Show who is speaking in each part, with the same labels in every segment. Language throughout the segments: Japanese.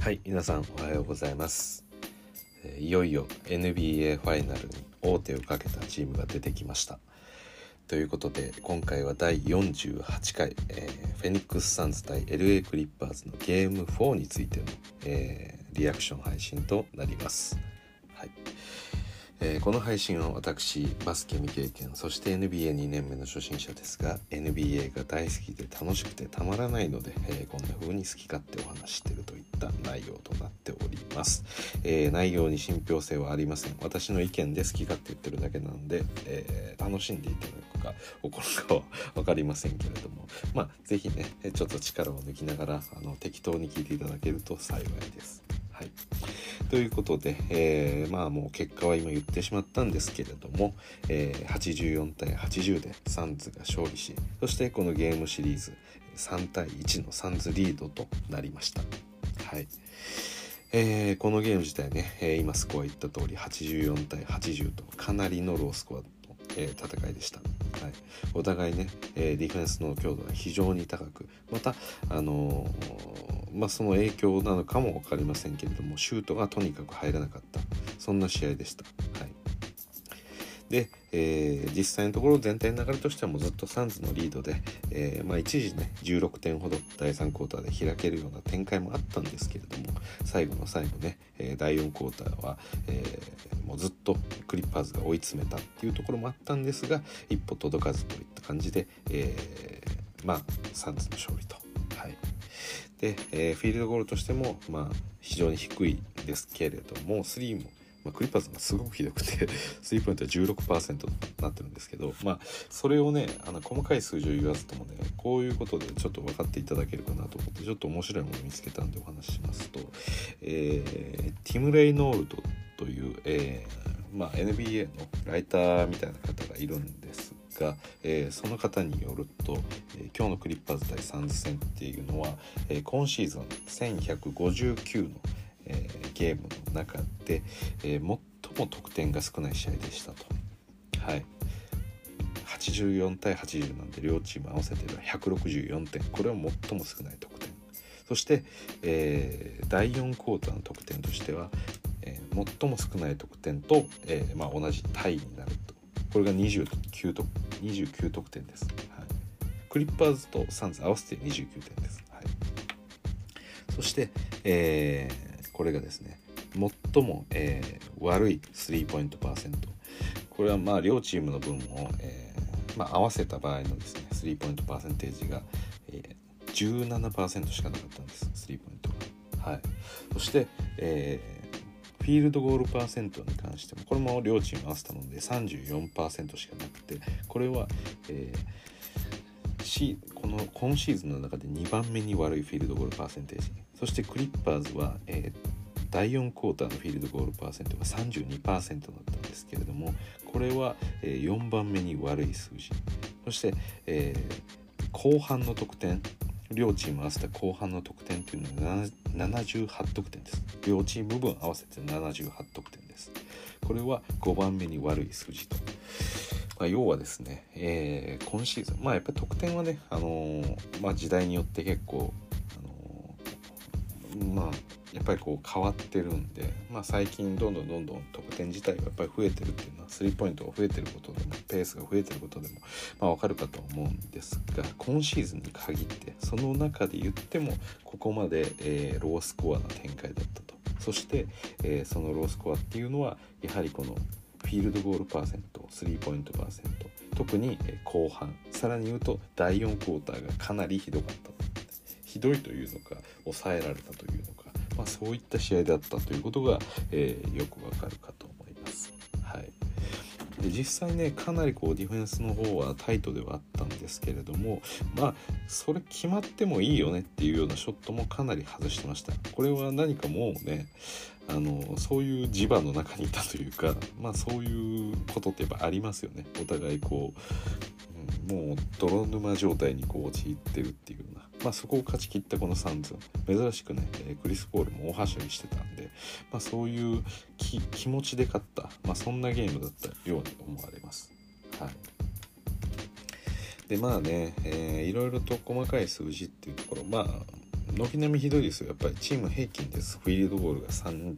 Speaker 1: はい、皆さんおはようございます。いよいよ NBA ファイナルに王手をかけたチームが出てきました。ということで今回は第48回、フェニックスサンズ対 LA クリッパーズのゲーム4についての、リアクション配信となります。はい。この配信は私バスケ未経験そして NBA2 年目の初心者ですが NBA が大好きで楽しくてたまらないので、こんな風に好き勝手お話しているといった内容となっております。内容に信憑性はありません。私の意見で好き勝手言ってるだけなんで、楽しんでいただくか怒るかは分かりませんけれども、ぜひねちょっと力を抜きながら適当に聞いていただけると幸いです。はい、ということで、もう結果は今言ってしまったんですけれども、84対80でサンズが勝利し、そしてこのゲームシリーズ3対1のサンズリードとなりました。はい。このゲーム自体ね、今スコア言った通り84対80とかなりのロースコアの、戦いでした。はい、お互いね、ディフェンスの強度が非常に高く、またその影響なのかも分かりませんけれどもシュートがとにかく入らなかったそんな試合でした。はい、で、実際のところ全体の流れとしてはもうずっとサンズのリードで、一時ね16点ほど第3クォーターで開けるような展開もあったんですけれども最後の最後ね、第4クォーターは、もうずっとクリッパーズが追い詰めたっていうところもあったんですが一歩届かずといった感じで、サンズの勝利と。はい、で、フィールドゴールとしても、非常に低いですけれどもスリーも、クリッパーズがすごくひどくてスリーポイントは 16% となってるんですけど、それをね細かい数字を言わずともねこういうことでちょっと分かっていただけるかなと思ってちょっと面白いものを見つけたんでお話ししますと、ティム・レイノールドという、NBA のライターみたいな方がいるんですが、その方によると、今日のクリッパーズ対サンズ戦っていうのは、今シーズン1159の、ゲームの中で、最も得点が少ない試合でしたと。はい、84対80なんで両チーム合わせて164点、これは最も少ない得点。そして、第4クォーターの得点としては、最も少ない得点と、同じタイになると。これが29得点です。はい、クリッパーズとサンズ合わせて29点です。はい、そして、これがですね最も、悪いスリーポイントパーセント。これは両チームの分を、合わせた場合のですねスリーポイントパーセンテージが、17% しかなかったんですスリーポイントが。はい、そして、フィールドゴールパーセントに関してもこれも両チーム合わせたので 34% しかなくてこれは、この今シーズンの中で2番目に悪いフィールドゴールパーセンテージ。そしてクリッパーズは、第4クォーターのフィールドゴールパーセントが 32% だったんですけれどもこれは、4番目に悪い数字。そして、後半の得点両チーム合わせた後半の得点というのは78得点です。両チーム分合わせて78得点です。これは5番目に悪い数字と。要はですね、今シーズンやっぱり得点はね、時代によって結構、やっぱりこう変わってるんで、最近どんどん得点自体がやっぱり増えてるっていうのはスリーポイントが増えてることでもペースが増えてることでも分かるかと思うんですが今シーズンに限ってその中で言ってもここまで、ロースコアな展開だったと。そして、そのロースコアっていうのはやはりこのフィールドゴールパーセントスリーポイントパーセント特に後半さらに言うと第4クォーターがかなりひどかった。ひどいというのか抑えられたというのかそういった試合だったということが、よくわかるかと思います。はい、で実際ねかなりディフェンスの方はタイトではあったんですけれどもそれ決まってもいいよねっていうようなショットもかなり外してました。これは何かもうねそういう磁場の中にいたというかそういうことってやっぱありますよね。お互いもう泥沼状態に陥ってるっていうような、そこを勝ち切ったこのサンズ珍しくねクリス・ポールも大はしゃぎしてたんで、そういう気持ちで勝った、そんなゲームだったように思われます。はい、でいろいろと細かい数字っていうところ軒並みひどいですよ。やっぱりチーム平均です。フィールドゴールが30、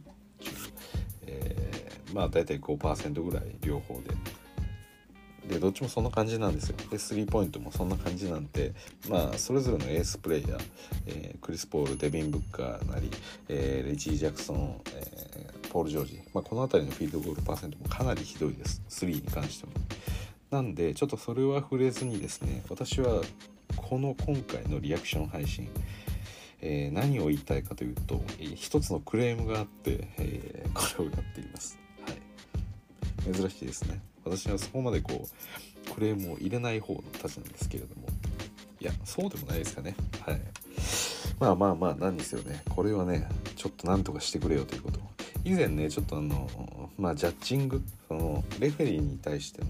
Speaker 1: まあ大体 5% ぐらい両方でどっちもそんな感じなんですよ。でスリーポイントもそんな感じなんで、まあそれぞれのエースプレイヤー、クリス・ポール、デビン・ブッカーなり、レジー・ジャクソン、ポール・ジョージ、まあ、この辺りのフィールドゴールパーセントもかなりひどいです、スリーに関しても。なんでちょっとそれは触れずにですね、私はこの今回のリアクション配信、何を言いたいかというと、一つのクレームがあって、これをやっています。はい、珍しいですね。私はそこまでこうクレームを入れない方のたちなんですけれども、いやそうでもないですかね。はい、まあなんですよね。これはねちょっとなんとかしてくれよということ。以前ねちょっとジャッジング、そのレフェリーに対しての、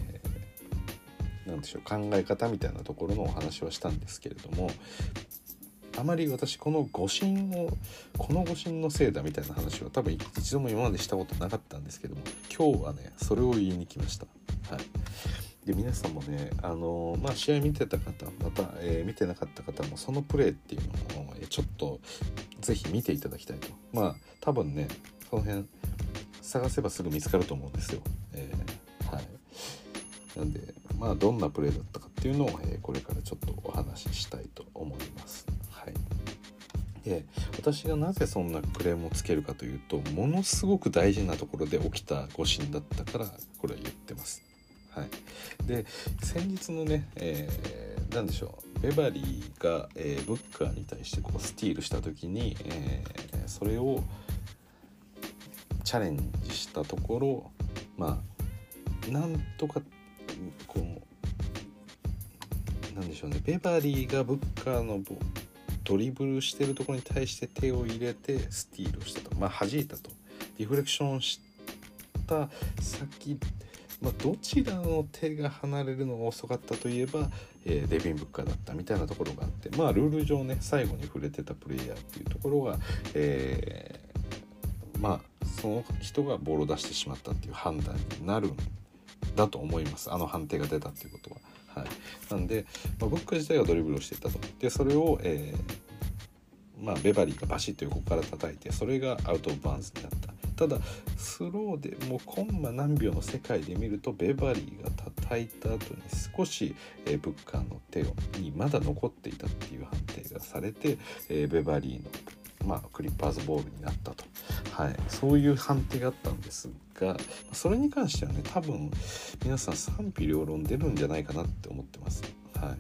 Speaker 1: なんでしょう、考え方みたいなところのお話はしたんですけれども、あまり私この誤審のせいだみたいな話は多分一度も今までしたことなかったんですけども、今日はねそれを言いに来ました。はい、で皆さんもね、試合見てた方、また、見てなかった方もそのプレーっていうのを、ちょっとぜひ見ていただきたいと。多分ねその辺探せばすぐ見つかると思うんですよ。はい、なんでどんなプレーだったかっていうのを、これからちょっとお話ししたいと思います。はい、で私がなぜそんなクレームをつけるかというと、ものすごく大事なところで起きた誤審だったからこれは言ってます。はい、で先日のね、なんでしょう、ベバリーが、ブッカーに対してこうスティールした時に、それをチャレンジしたところ、なんとかこうなんでしょうね、ベバリーがブッカーのドリブルしてるところに対して手を入れてスティールをしたと、弾いたと、ディフレクションした先、どちらの手が離れるのが遅かったといえば、デビン・ブッカーだったみたいなところがあって、ルール上ね最後に触れてたプレイヤーっていうところが、その人がボールを出してしまったっていう判断になるんだと思います。あの判定が出たっていうことは。はい、なんで、ブッカー自体がドリブルをしていたと。でそれを、ベバリーがバシッと横から叩いて、それがアウトオブバウンズになった。ただスローでもうコンマ何秒の世界で見ると、ベバリーが叩いた後に少し、ブッカーの手にまだ残っていたっていう判定がされて、ベバリーの、クリッパーズボールになったと。はい、そういう判定があったんですが、それに関してはね多分皆さん賛否両論出るんじゃないかなって思ってます。はい、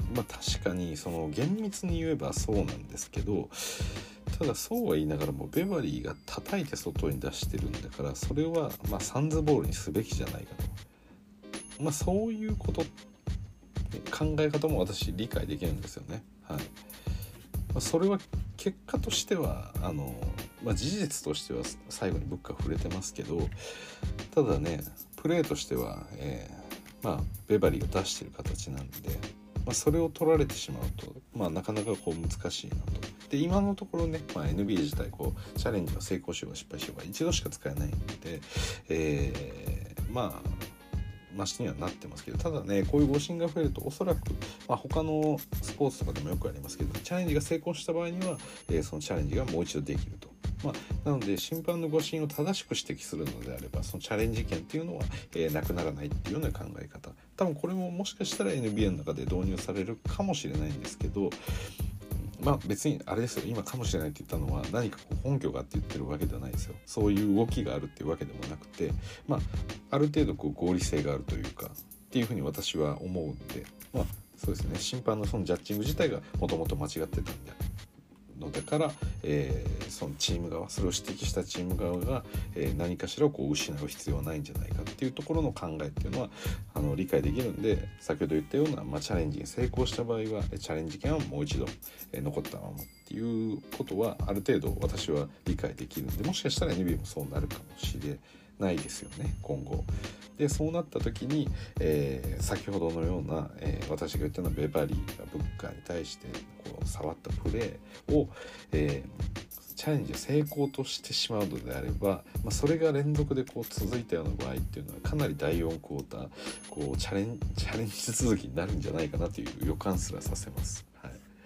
Speaker 1: 確かにその厳密に言えばそうなんですけど、ただそうは言いながらもベバリーが叩いて外に出してるんだから、それはサンズボールにすべきじゃないかと、そういうこと考え方も私理解できるんですよね。はい、それは結果としては事実としては最後にブッカー触れてますけど、ただねプレーとしては、ベバリーが出してる形なんで、それを取られてしまうと、なかなかこう難しいなと。で今のところね、NBA 自体こうチャレンジは成功しようが失敗しようが一度しか使えないので、マシにはなってますけど、ただねこういう誤審が増えるとおそらく、他のスポーツとかでもよくありますけど、チャレンジが成功した場合には、そのチャレンジがもう一度できると。なので審判の誤審を正しく指摘するのであれば、そのチャレンジ権っていうのは、なくならないっていうような考え方、多分これももしかしたら NBA の中で導入されるかもしれないんですけど、別にあれですよ、今かもしれないって言ったのは何かこう根拠があって言ってるわけではないですよ。そういう動きがあるっていうわけでもなくて、ある程度こう合理性があるというかっていうふうに私は思うんで、そうですね、審判のそのジャッジング自体がもともと間違ってたんでのだから、そのチーム側、それを指摘したチーム側が、何かしらをこう失う必要はないんじゃないかっていうところの考えっていうのは理解できるんで、先ほど言ったような、チャレンジに成功した場合はチャレンジ権はもう一度、残ったままっていうことはある程度私は理解できるんで、もしかしたら NBA もそうなるかもしれないですよね今後。でそうなった時に、先ほどのような、私が言ったようなベバリーがブッカーに対してこう触ったプレーを、チャレンジを成功としてしまうのであれば、それが連続でこう続いたような場合っていうのはかなり第4クォーターこうチャレンジ続きになるんじゃないかなという予感すらさせます。はい、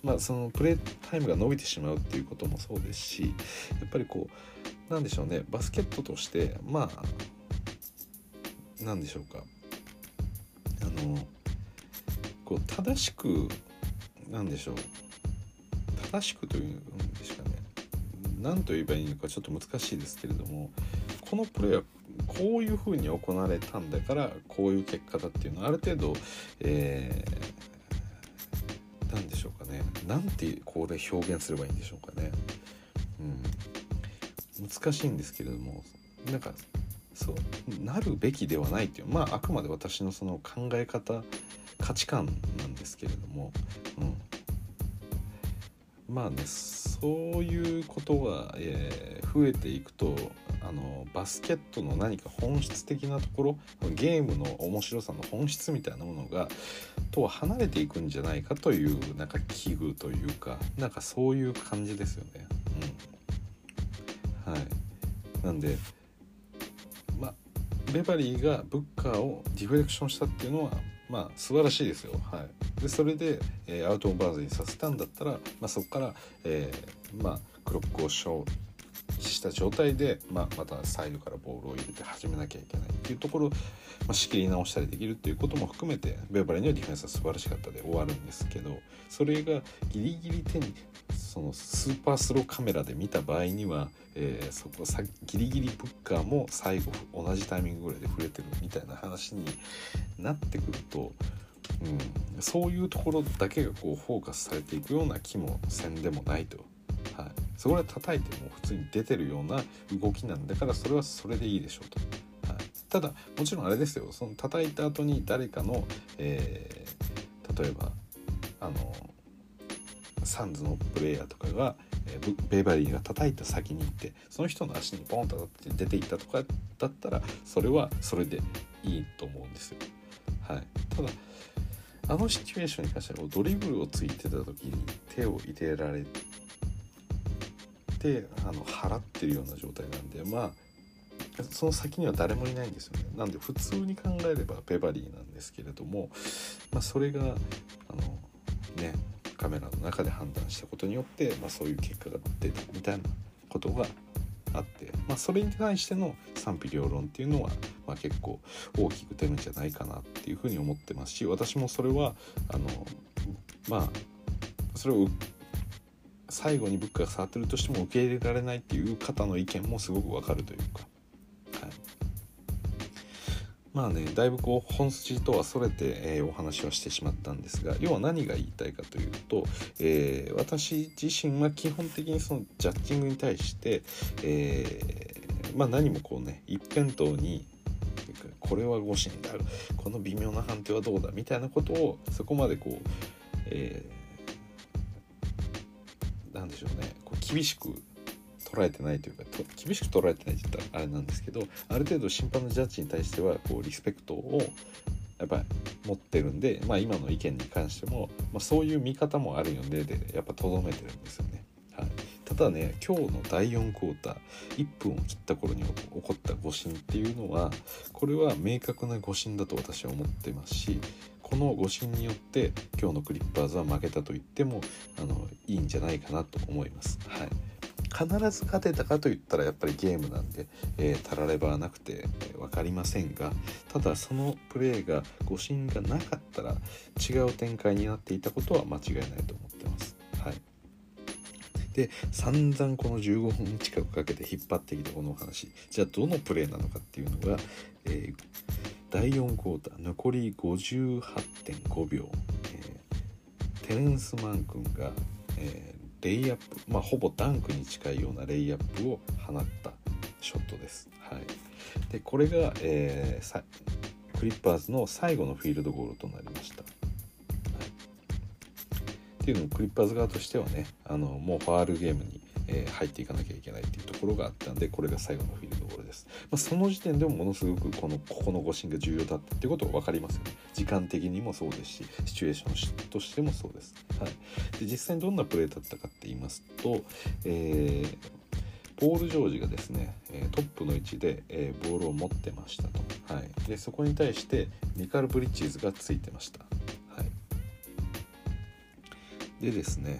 Speaker 1: そのプレータイムが伸びてしまうっていうこともそうですし、やっぱりこうなんでしょうね、バスケットとしてなんでしょうか、こう正しくなんでしょう、正しくというんですかね、何と言えばいいのかちょっと難しいですけれども、このプレーはこういう風に行われたんだからこういう結果だっていうのはある程度、なんでしょうかね、なんてこれ表現すればいいんでしょうかね、難しいんですけれども、なんかそうなるべきではないっていう、あくまで私のその考え方価値観なんですけれども、そういうことが、増えていくとバスケットの何か本質的なところ、ゲームの面白さの本質みたいなものがとは離れていくんじゃないかというなんか危惧というか、なんかそういう感じですよね。なんでベバリーがブッカーをディフレクションしたっていうのは素晴らしいですよ。でそれで、アウトオブバウンズにさせたんだったら、そこから、クロックをした状態で、またサイドからボールを入れて始めなきゃいけないっていうところを、仕切り直したりできるっていうことも含めてベバリーのディフェンスは素晴らしかったで終わるんですけど、それがギリギリ手にそのスーパースローカメラで見た場合には、そこギリギリブッカーも最後同じタイミングぐらいで触れてるみたいな話になってくると、そういうところだけがこうフォーカスされていくような気もせんでもないと。そこで叩いても普通に出てるような動きなんだから、それはそれでいいでしょうと。ただもちろんあれですよ、その叩いた後に誰かの、例えばサンズのプレイヤーとかが、ベバリーが叩いた先に行ってその人の足にポンと当たって出ていったとかだったら、それはそれでいいと思うんですよ。ただあのシチュエーションに関してはドリブルをついてた時に手を入れられて払ってるような状態なんで、その先には誰もいないんですよね。なんで普通に考えればベバリーなんですけれども、それがカメラの中で判断したことによって、そういう結果が出たみたいなことがあって、それに対しての賛否両論っていうのは、結構大きく出るんじゃないかなっていうふうに思ってますし、私もそれはそれを最後にブッカーが触ってるとしても受け入れられないっていう方の意見もすごくわかるというか、だいぶこう本筋とはそれて、お話はしてしまったんですが、要は何が言いたいかというと、私自身は基本的にそのジャッジングに対して、何もこうね一辺倒にこれは誤審だ、この微妙な判定はどうだみたいなことをそこまでこう、なんでしょうね、こう厳しく捉えてないというか、厳しく捉えてないって言ったらあれなんですけど、ある程度審判のジャッジに対してはこうリスペクトをやっぱり持ってるんで、今の意見に関しても、そういう見方もあるよねでやっぱとどめてるんですよね。ただね、今日の第4クォーター1分を切った頃に起こった誤審っていうのは、これは明確な誤審だと私は思ってますし、この誤審によって今日のクリッパーズは負けたと言ってもいいんじゃないかなと思います。必ず勝てたかといったらやっぱりゲームなんで、たらればなくて分かりませんが、ただそのプレーが誤審がなかったら違う展開になっていたことは間違いないと思ってます。で散々この15分近くかけて引っ張ってきたこのお話、じゃあどのプレーなのかっていうのが、第4クォーター残り 58.5 秒、テレンス・マン君が、レイアップ、ほぼダンクに近いようなレイアップを放ったショットです。でこれが、クリッパーズの最後のフィールドゴールとなりました。っていうのもクリッパーズ側としてはね、もうファールゲームに、入っていかなきゃいけないっていうところがあったんで、これが最後のフィールドゴールです。その時点でもものすごくここの誤審が重要だったっていうことが分かりますよね。時間的にもそうですし、シチュエーションとしてもそうです。で実際にどんなプレーだったかって言いますと、ポール・ジョージがですねトップの位置でボールを持ってましたと。でそこに対してミカル・ブリッジーズがついてました。 でですね、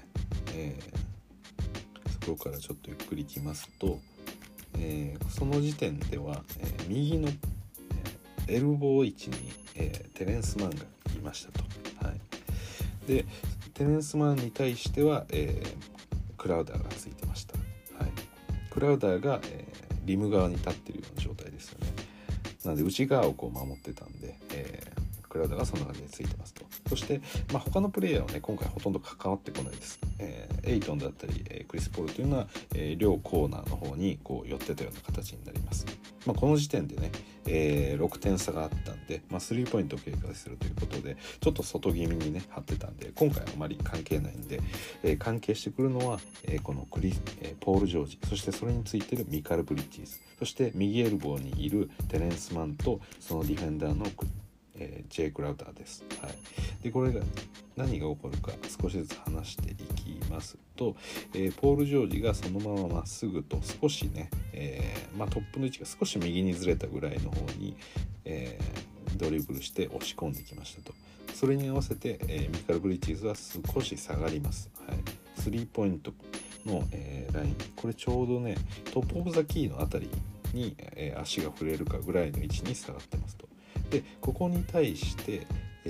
Speaker 1: そこからちょっとゆっくりいきますと、その時点では、右の、エルボー位置に、テレンスマンがいましたと。はい、でテレンスマンに対しては、クラウダーがついてました。はい、クラウダーが、リム側に立っているような状態ですよね。なので内側をこう守ってたんで、クラウダーがそんな感じでついてますと。そして、他のプレイヤーはね今回ほとんど関わってこないです。エイトンだったり、クリス・ポールというのは、両コーナーの方にこう寄ってたような形になります。この時点でね、6点差があったんで、3ポイントを経過するということでちょっと外気味にね張ってたんで今回はあまり関係ないんで、関係してくるのは、このポール・ジョージ、そしてそれについているミカル・ブリッジーズ、そして右エルボーにいるテレンス・マンとそのディフェンダーのジェイ・クラウダーです。はい、でこれが何が起こるか少しずつ話していきますと、ポール・ジョージがそのまままっすぐと少しね、トップの位置が少し右にずれたぐらいの方に、ドリブルして押し込んできましたと。それに合わせて、ミカル・ブリッジーズは少し下がります。はい、スリーポイントの、ライン、これちょうどねトップオブザキーのあたりに、足が触れるかぐらいの位置に下がってますと。でここに対して、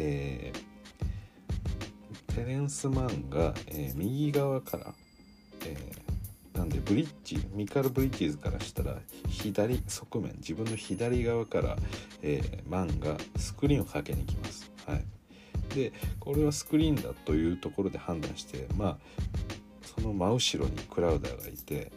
Speaker 1: テレンスマンが、右側から、なんでミカル・ブリッジーズからしたら左側面、自分の左側から、マンがスクリーンをかけに来ます。はい、でこれはスクリーンだというところで判断して、その真後ろにクラウダーがいて、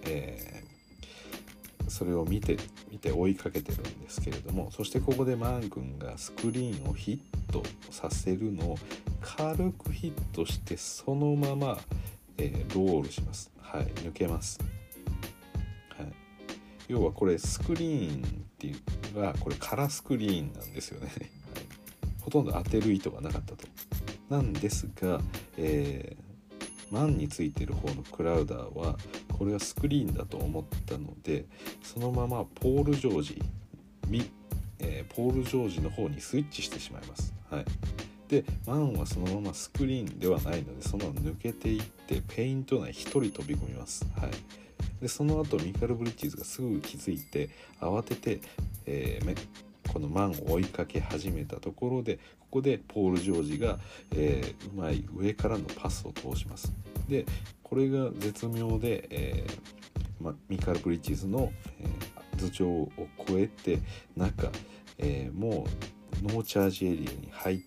Speaker 1: それを見て追いかけてるんですけれども、そしてここでマン君がスクリーンをヒットさせるのを軽くヒットしてそのまま、ロールします。はい、抜けます。はい、要はこれスクリーンっていうのがこれカラースクリーンなんですよね。はい、ほとんど当てる意図がなかったと。なんですが、マンについている方のクラウダーはこれはスクリーンだと思ったのでそのままポール・ジョージの方にスイッチしてしまいます。はい、でマンはそのままスクリーンではないのでそのまま抜けていってペイント内1人飛び込みます。はい、でその後ミカル・ブリッジーズがすぐ気づいて慌てて、このマンを追いかけ始めたところでここでポール・ジョージが、うまい上からのパスを通します。でこれが絶妙で、ミカル・ブリッジーズの、頭上を越えて中、もうノーチャージエリアに入った、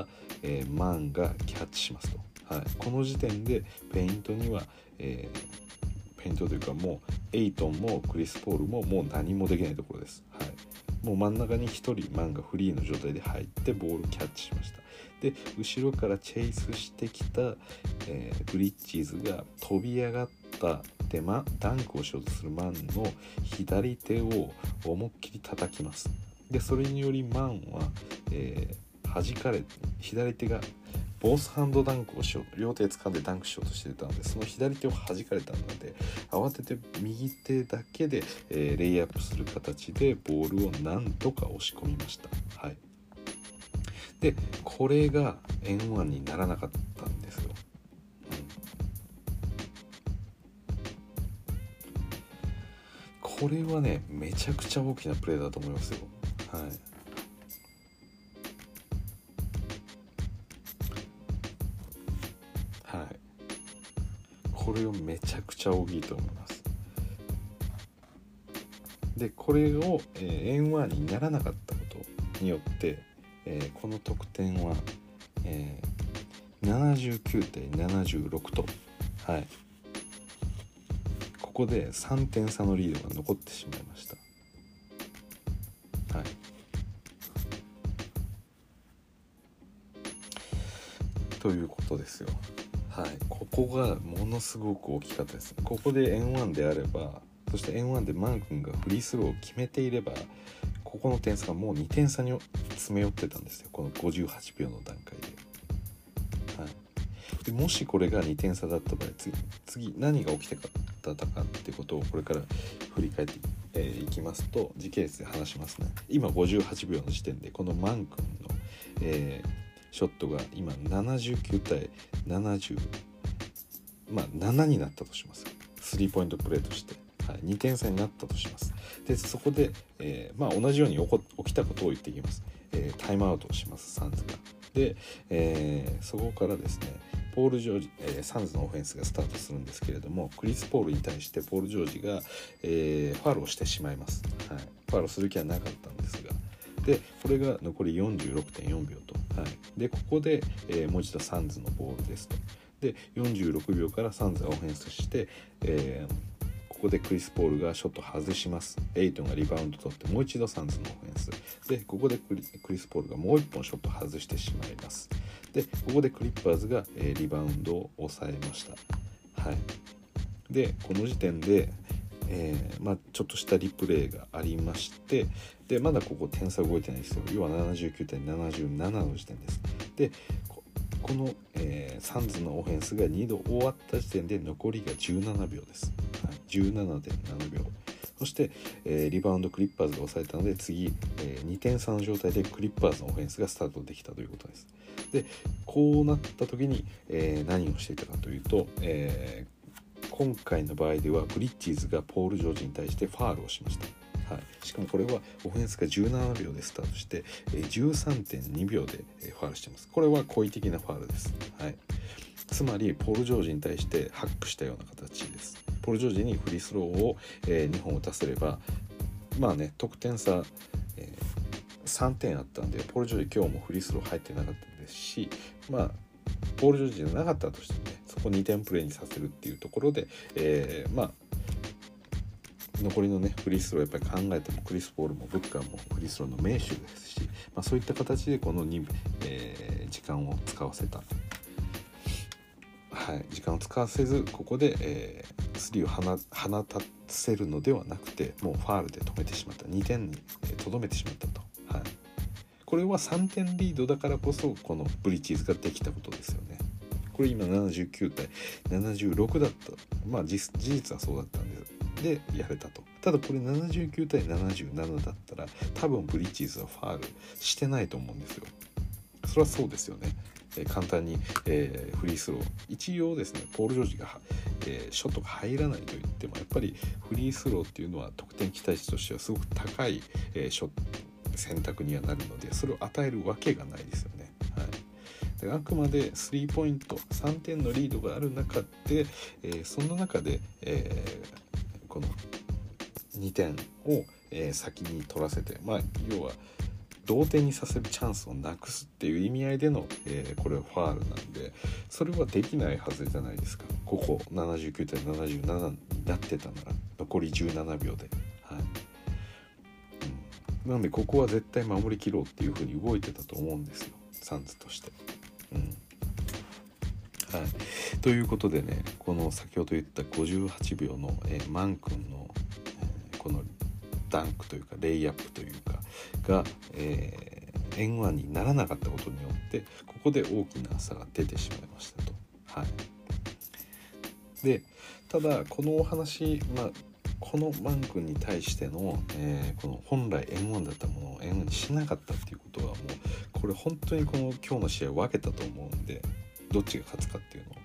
Speaker 1: マンがキャッチしますと。はい、この時点でペイントには、ペイントというかもうエイトンもクリス・ポールももう何もできないところです。はい、もう真ん中に1人マンがフリーの状態で入ってボールキャッチしました。で後ろからチェイスしてきた、ブリッジーズが飛び上がったで、ダンクをしようとするマンの左手を思いっきり叩きます。でそれによりマンは、弾かれ左手がボースハンドダンクをしようと両手掴んでダンクしようとしていたのでその左手を弾かれたので慌てて右手だけで、レイアップする形でボールをなんとか押し込みました。はい、でこれが N1 にならなかったんですよ。これはねめちゃくちゃ大きなプレーだと思いますよ。はい、これをめちゃくちゃ大きいと思います。でこれを、N1 にならなかったことによって、この得点は、79対76と、はい、ここで3点差のリードが残ってしまいました。はい、ということですよ。はい、ここがものすごく大きかったです。ここで N1 であればそして N1 でマン君がフリースローを決めていればここの点差がもう2点差に詰め寄ってたんですよ、この58秒の段階で。はい、でもしこれが2点差だった場合次何が起きてかったかっていうことをこれから振り返っていきますと時系列で話しますね。今58秒の時点でこのマン君の、ショットが今79対76 7になったとします。スリーポイントプレーとして、2点差になったとします。でそこで、同じように起きたことを言っていきます。タイムアウトをしますサンズが。で、そこからですねポール・ジョージ、サンズのオフェンスがスタートするんですけれども、クリス・ポールに対してポール・ジョージが、ファウルをしてしまいます。ファウルする気はなかったんですが、でこれが残り 46.4 秒と、でここで、もう一度サンズのボールですと。で46秒からサンズがオフェンスして、ここでクリス・ポールがショット外します。エイトンがリバウンド取ってもう一度サンズのオフェンスで、ここでクリス・ポールがもう一本ショット外してしまいます。でここでクリッパーズが、リバウンドを抑えました。でこの時点で、ちょっとしたリプレイがありまして、でまだここ点差動いてないですよ。要は79対77の時点です。でこの、サンズのオフェンスが2度終わった時点で残りが17秒です。17.7 秒。そして、リバウンドクリッパーズが抑えたので次、2点差の状態でクリッパーズのオフェンスがスタートできたということです。でこうなった時に、何をしていたかというと、今回の場合ではブリッジーズがポール・ジョージに対してファールをしました。しかもこれはオフェンスが17秒でスタートして、13.2 秒でファウルしています。これは故意的なファウルです。つまりポール・ジョージに対してハックしたような形です。ポール・ジョージにフリースローを、2本打たせれば得点差、3点あったんで、ポール・ジョージ今日もフリースロー入ってなかったですし、ポール・ジョージじゃなかったとしてもね、そこ2点プレーにさせるっていうところで、残りのねフリースローやっぱり考えてもクリス・ポールもブッカーもフリースローの名手ですし、そういった形でこの2、時間を使わせた、時間を使わせずここで、スリーを放たせるのではなくて、もうファールで止めてしまった、2点にとどめてしまったと、これは3点リードだからこそこのブリッジーズができたことですよね。これ今79対76だった、事実はそうだったんでやれたと。ただこれ79対77だったら多分ブリッジーズはファールしてないと思うんですよ。それはそうですよね。簡単に、フリースロー一応ですねポール・ジョージが、ショットが入らないといってもやっぱりフリースローっていうのは得点期待値としてはすごく高い、ショット選択にはなるので、それを与えるわけがないですよね。あくまでスリーポイント3点のリードがある中で、その中で、この2点を、先に取らせて、要は同点にさせるチャンスをなくすっていう意味合いでの、これはファールなんで、それはできないはずじゃないですか。ここ79対77になってたなら残り17秒で、なのでここは絶対守りきろうっていう風に動いてたと思うんですよ、サンズとして。ということでね、この先ほど言った58秒の、マン君の、このダンクというかレイアップというかが、円1にならなかったことによってここで大きな差が出てしまいましたと。でただこのお話、このマン君に対しての、この本来 N1 だったものを N1 にしなかったっていうことはもうこれ本当にこの今日の試合分けたと思うんで、どっちが勝つかっていうのを、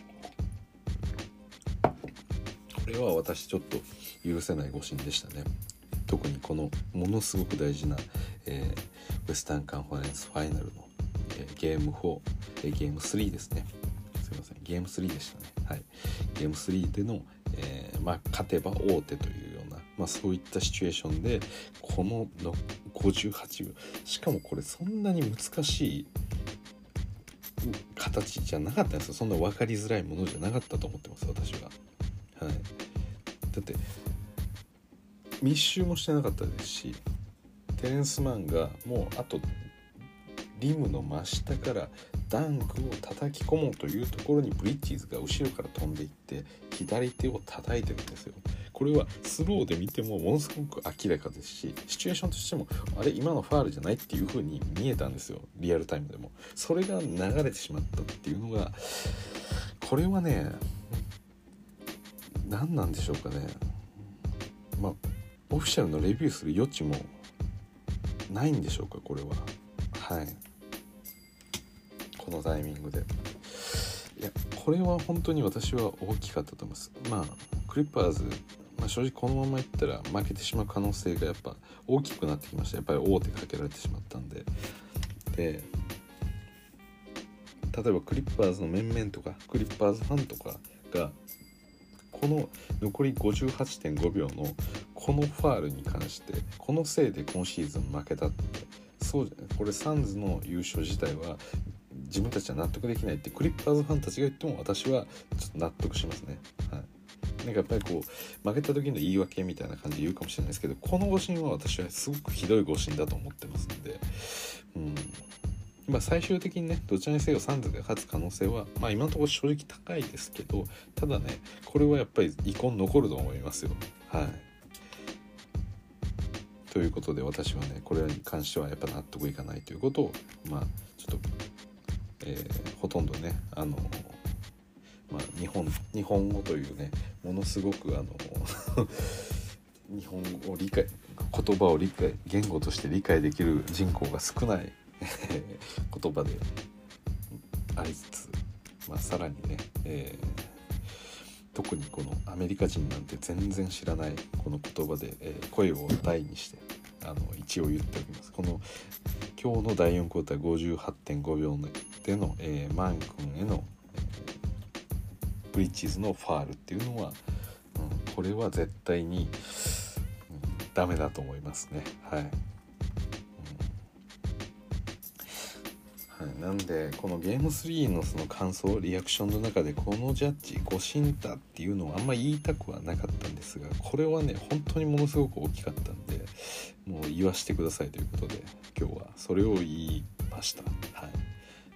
Speaker 1: これは私ちょっと許せない誤審でしたね。特にこのものすごく大事な、ウェスタンカンファレンスファイナルの、ゲーム4、ゲーム3ですね。すいません、ゲーム3でしたね。ゲーム3での、勝てば王手というような、そういったシチュエーションでこの58秒、しかもこれそんなに難しい形じゃなかったんですよ。そんな分かりづらいものじゃなかったと思ってます私は。だって密集もしてなかったですし、テレンスマンがもうあとリムの真下からダンクを叩き込もうというところにブリッジーズが後ろから飛んでいって左手を叩いてるんですよ。これはスローで見てもものすごく明らかですし、シチュエーションとしてもあれ今のファールじゃないっていう風に見えたんですよ、リアルタイムでも。それが流れてしまったっていうのが、これはね何なんでしょうかね。オフィシャルのレビューする余地もないんでしょうか、これは。このタイミングでいやこれは本当に私は大きかったと思います。クリッパーズ、正直このままいったら負けてしまう可能性がやっぱ大きくなってきました。やっぱり大手かけられてしまったんで。で例えばクリッパーズの面々とかクリッパーズファンとかがこの残り 58.5 秒のこのファールに関してこのせいで今シーズン負けたって、そうじゃない、これサンズの優勝自体は自分たちは納得できないってクリッパーズファンたちが言っても私はちょっと納得しますね。はい、なんかやっぱりこう負けた時の言い訳みたいな感じで言うかもしれないですけど、この誤審は私はすごくひどい誤審だと思ってますので、最終的にねどちらにせよサンズが勝つ可能性は今のところ正直高いですけど、ただねこれはやっぱり遺恨残ると思いますよ。はい。ということで私はねこれに関してはやっぱ納得いかないということをちょっと、ほとんどね日本語というねものすごく日本語を理解言葉を理解言語として理解できる人口が少ない言葉でありつつ、さらにね、特にこのアメリカ人なんて全然知らないこの言葉で、声を大にして一応言っておきます。この今日の第4クォーター 58.5 秒での、マン君への、ブリッジーズのファールっていうのは、これは絶対に、ダメだと思いますね。はい。なんでこのゲーム3のその感想リアクションの中でこのジャッジ誤審だっていうのはあんま言いたくはなかったんですが、これはね本当にものすごく大きかったんでもう言わしてくださいということで今日はそれを言いました。はい。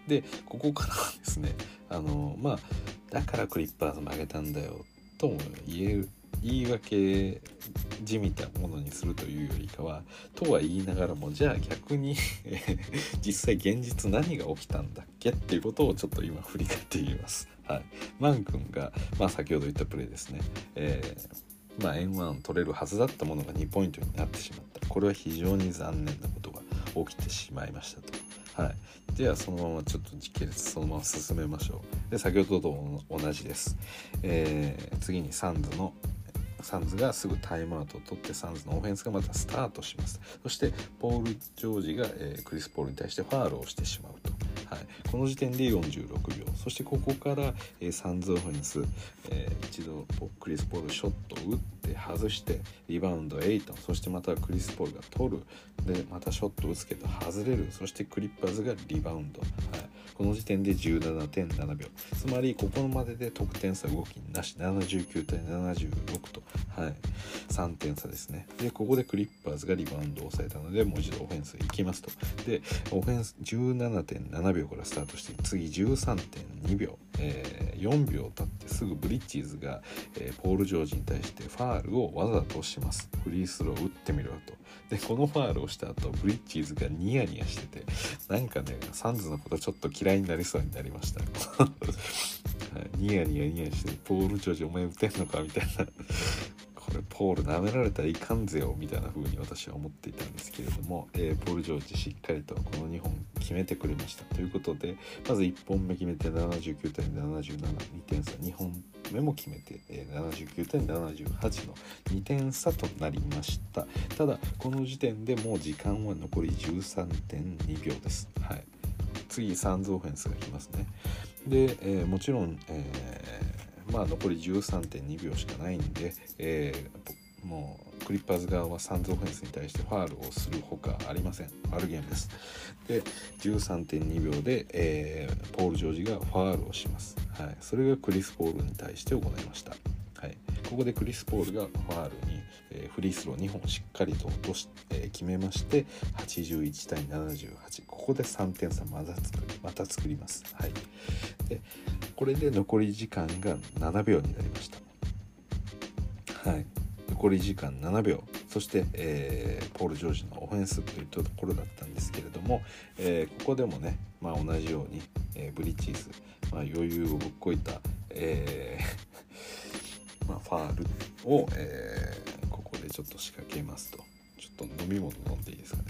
Speaker 1: でここからはですねだからクリッパーズ負けたんだよとも言い訳じみたものにするというよりかはとは言いながらもじゃあ逆に実際現実何が起きたんだっけっていうことをちょっと今振り返ってみます。はい。マン君が、先ほど言ったプレーですね、N1 取れるはずだったものが2ポイントになってしまった。これは非常に残念なことが起きてしまいましたと。はい。ではそのままちょっと時系列そのまま進めましょう。で先ほどと同じです。次にサンズがすぐタイムアウトを取ってサンズのオフェンスがまたスタートします。そしてポール・ジョージが、クリス・ポールに対してファールをしてしまうと。はい、この時点で46秒。そしてここから、サンズオフェンス、一度クリス・ポールショットを打って外してリバウンドエイトン、そしてまたクリス・ポールが取る、でまたショットを打つけど外れる、そしてクリッパーズがリバウンド、はい、この時点で 17.7 秒、つまりここまでで得点差動きなし、79対76と、はい、3点差ですね。でここでクリッパーズがリバウンドを抑えたのでもう一度オフェンス行きますと。でオフェンス 17.7 秒からスタートして次 13.2 秒、4秒経ってすぐブリッジーズが、ポール・ジョージに対してファールをわざとします。フリースロー打ってみろと。でこのファールをした後ブリッジーズがニヤニヤしててなんかねサンズのことちょっと嫌いになりそうになりましたニヤニヤしてポール・ジョージお前打てんのかみたいなこれポール舐められたらいかんぜよみたいな風に私は思っていたんですけれども、ポール・ジョージしっかりとこの2本決めてくれましたということで、まず1本目決めて79対77、2点差、2本目も決めて、79対78の2点差となりました。ただこの時点でもう時間は残り 13.2 秒です。はい。次サンズオフェンスが来ますね。で、もちろん、残り 13.2 秒しかないんで、もうクリッパーズ側はサンズオフェンスに対してファールをするほかありません。ファールゲームです。で 13.2 秒で、ポール・ジョージがファールをします。はい、それがクリス・ポールに対して行いました。はい、ここでクリス・ポールがファールに、フリースロー2本しっかりと落とし、決めまして81対78、ここで3点差また作ります。はい、でこれで残り時間が7秒になりました。はい、残り時間7秒、そして、ポール・ジョージのオフェンスといったところだったんですけれども、ここでもね、同じように、ブリッジーズ、余裕をぶっこいた、ファールを、ここでちょっと仕掛けますと。ちょっと飲み物飲んでいいですかね。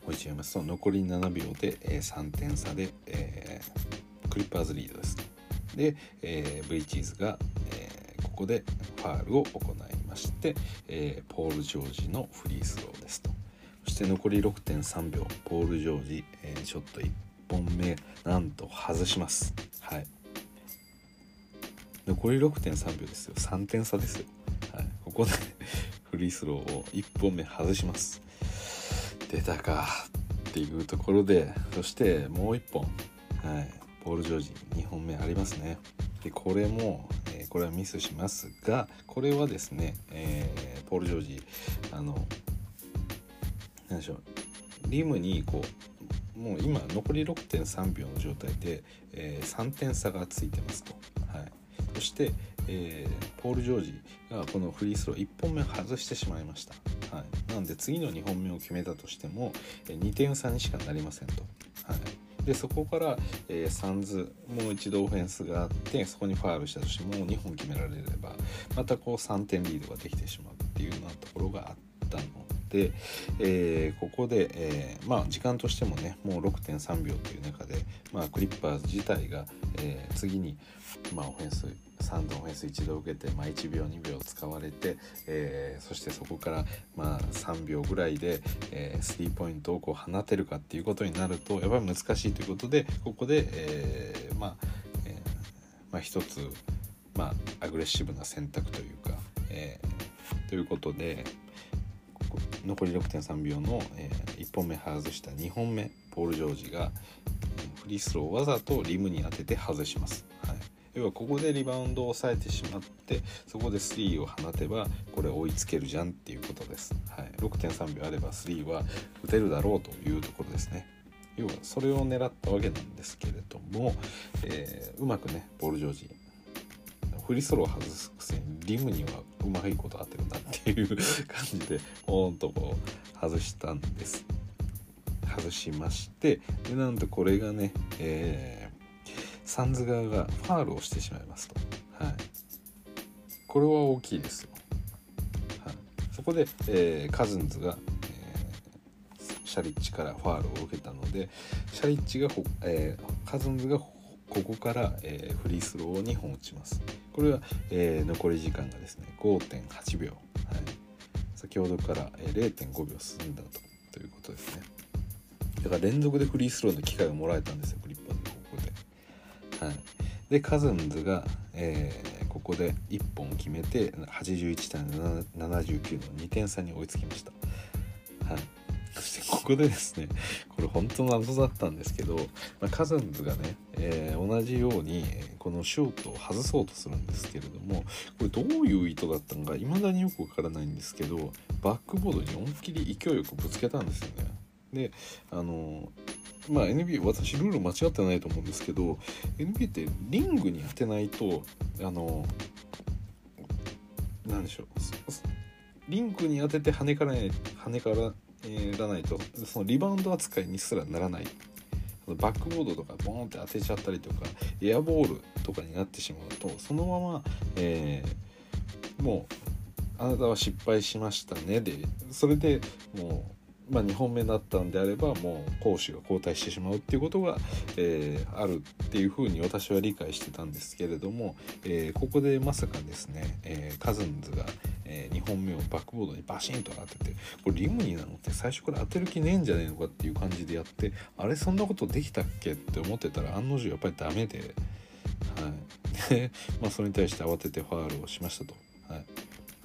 Speaker 1: もう一度言いますと、残り7秒で、3点差で、クリッパーズリードです。で、ブリッジーズが、ここでファールを行いまして、ポール・ジョージのフリースローですと。そして残り 6.3 秒、ポール・ジョージ、ショット1本目なんと外します。はい、残り 6.3 秒ですよ。3点差ですよ。はい、ここでフリースローを1本目外します。出たかっていうところで、そしてもう1本、はい、ポール・ジョージ2本目ありますね。でこれも、これはミスしますが、これはですね、ポール・ジョージなんでしょう、リムにこうもう今残り 6.3 秒の状態で、3点差がついてますと。はい、そして、ポール・ジョージがこのフリースロー1本目を外してしまいました。はい、なので次の2本目を決めたとしても、2点差にしかなりませんと。はい、でそこから、サンズもう一度オフェンスがあって、そこにファウルしたとしても2本決められればまたこう3点リードができてしまうっていうようなところがあったので、ここで、時間としてもねもう 6.3 秒という中で、クリッパーズ自体が、次に、オフェンス3度オフェンス一度受けて、1秒2秒使われて、そしてそこから、3秒ぐらいで、スリーポイントをこう放てるかっていうことになるとやっぱり難しいということで、ここで、一つ、アグレッシブな選択というか、ということで残り 6.3 秒の、1本目外した2本目ポール・ジョージがフリースローをわざとリムに当てて外します。はい、要はここでリバウンドを抑えてしまって、そこでスリーを放てばこれ追いつけるじゃんっていうことです。はい、6.3 秒あればスリーは打てるだろうというところですね。要はそれを狙ったわけなんですけれども、うまくねポール・ジョージフリースローを外すくせにリムにはうまいこと当てるなっていう感じでポーンとこう外したんです。外しまして、でなんとこれがね、サンズ側がファールをしてしまいますと。はい、これは大きいですよ。はい、そこで、カズンズが、シャリッチからファールを受けたので、シャリッチが、カズンズがここから、フリースローを2本打ちます。これは、残り時間がですね 5.8 秒、はい、先ほどから、0.5 秒進んだということですね。だから連続でフリースローの機会をもらえたんですよ、クリッパーズここで。はい、でカズンズが、ここで1本決めて81対79の2点差に追いつきました。はい、そしてここでですね、これ本当の謎だったんですけど、カズンズがね、同じようにこのシュートを外そうとするんですけれども、これどういう意図だったのか未だによくわからないんですけど、バックボードに思いっきり勢いよくぶつけたんですよね。でNBA 私ルール間違ってないと思うんですけど、 NBA ってリングに当てないとなんでしょう、リングに当てて跳ねからないとそのリバウンド扱いにすらならない。バックボードとかボーンって当てちゃったりとかエアボールとかになってしまうと、そのまま、もうあなたは失敗しましたねで、それでもう2本目だったんであればもう攻守が交代してしまうっていうことが、あるっていうふうに私は理解してたんですけれども、ここでまさかですね、カズンズが、2本目をバックボードにバシンと当てて、これリムになのって最初から当てる気ねえんじゃねえのかっていう感じでやって、あれそんなことできたっけって思ってたら案の定やっぱりダメで、はい、でそれに対して慌ててファールをしましたと。はい、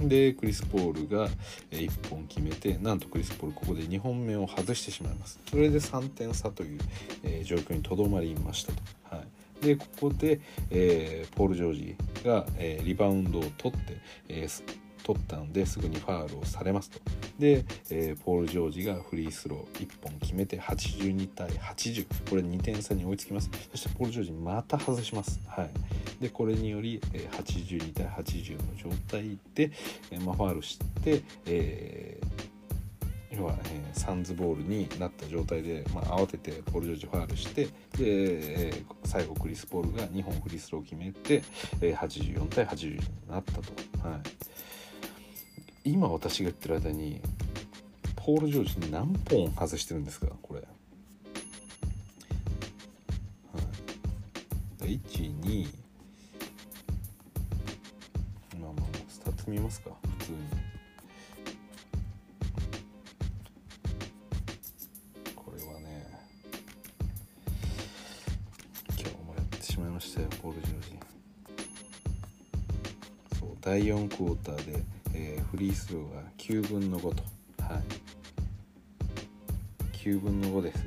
Speaker 1: でクリス・ポールが1本決めて、なんとクリス・ポールここで2本目を外してしまいます。それで3点差という、状況にとどまりましたと。はい、でここで、ポール・ジョージが、リバウンドを取って、取ったのですぐにファールをされますと。で、ポール・ジョージがフリースロー1本決めて82対80、これ2点差に追いつきます。そしてポール・ジョージまた外します。はい、でこれにより82対80の状態で、ファールして、要は、サンズボールになった状態で、慌ててポール・ジョージファールして、で、最後クリス・ポールが2本フリースローを決めて、84対80になったと。はい、今私が言ってる間にポール・ジョージ何本外してるんですかこれ、はい、1、2、まあスタッツ見ますか普通に。これはね今日もやってしまいましたよポール・ジョージ。そう第4クォーターで、フリースローが9分の5と、はい、9分の5ですよ